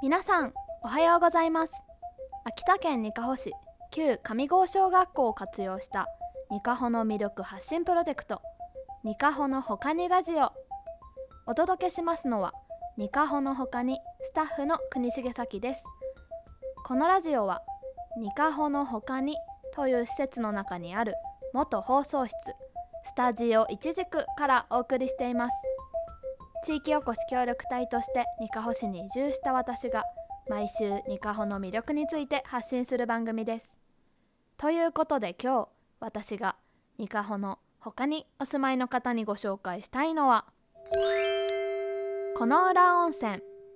皆さんおはようございます。秋田県にかほ市旧上郷小学校を活用したにかほの魅力発信プロジェクト、にかほのほかにラジオ。お届けしますのはにかほのほかにスタッフの国重咲です。このラジオはにかほのほかにという施設の中にある元放送室スタジオいちじくからお送りしています。地域おこし協力隊としてにかほ市に移住した私が毎週にかほの魅力について発信する番組です。ということで今日私がにかほの他にお住まいの方にご紹介したいのは金浦温泉。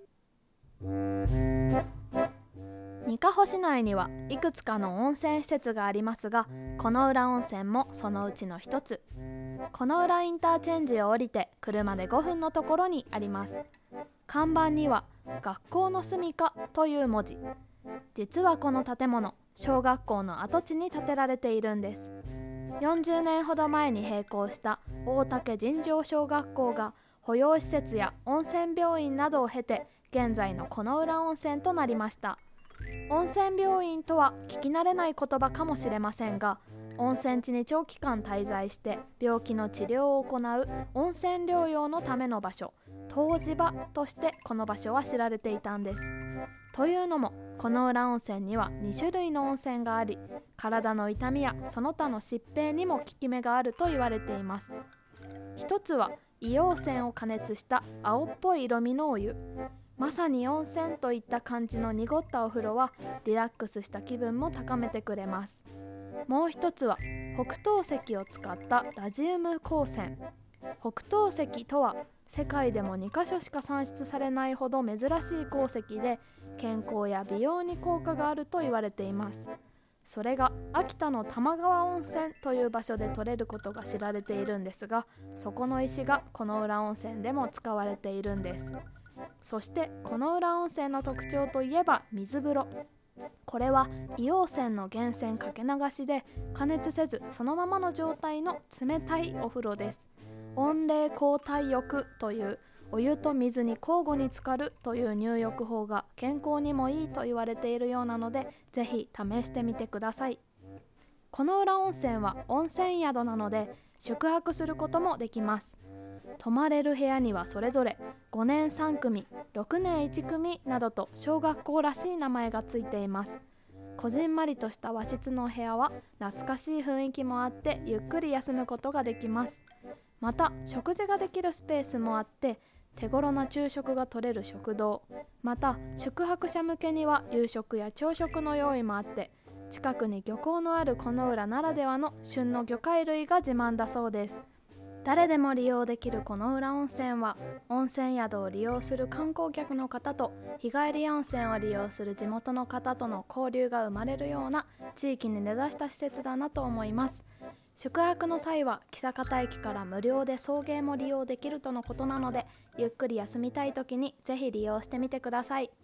にかほ市内にはいくつかの温泉施設がありますが、金浦温泉もそのうちの一つ。金浦インターチェンジを降りて車で5分のところにあります。看板には学校の住みかという文字。実はこの建物、小学校の跡地に建てられているんです。40年ほど前に閉校した大竹尋常小学校が保養施設や温泉病院などを経て現在の金浦温泉となりました。温泉病院とは聞き慣れない言葉かもしれませんが、温泉地に長期間滞在して病気の治療を行う温泉療養のための場所、湯治場としてこの場所は知られていたんです。というのも金浦温泉には2種類の温泉があり、体の痛みやその他の疾病にも効き目があると言われています。一つは硫黄泉を加熱した青っぽい色味のお湯。まさに温泉といった感じの濁ったお風呂はリラックスした気分も高めてくれます。もう一つは北東石を使ったラジウム光泉。北東石とは世界でも2カ所しか産出されないほど珍しい鉱石で、健康や美容に効果があると言われています。それが秋田の玉川温泉という場所で採れることが知られているんですが、そこの石が金浦温泉でも使われているんです。そして金浦温泉の特徴といえば水風呂。これは硫黄泉の源泉かけ流しで加熱せずそのままの状態の冷たいお風呂です。温冷交代浴というお湯と水に交互に浸かるという入浴法が健康にもいいと言われているようなので、ぜひ試してみてください。金浦温泉は温泉宿なので宿泊することもできます。泊まれる部屋にはそれぞれ5年3組、6年1組などと小学校らしい名前がついています。こじんまりとした和室の部屋は懐かしい雰囲気もあってゆっくり休むことができます。また食事ができるスペースもあって手頃な昼食が取れる食堂、また宿泊者向けには夕食や朝食の用意もあって、近くに漁港のある金浦ならではの旬の魚介類が自慢だそうです。誰でも利用できる金浦温泉は温泉宿を利用する観光客の方と日帰り温泉を利用する地元の方との交流が生まれるような地域に根ざした施設だなと思います。宿泊の際は象潟駅から無料で送迎も利用できるとのことなので、ゆっくり休みたい時にぜひ利用してみてください。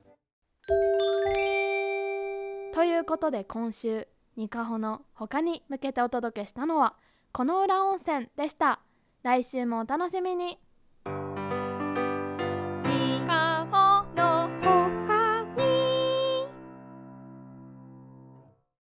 ということで今週にかほの他に向けてお届けしたのは金浦温泉でした。来週もお楽しみに。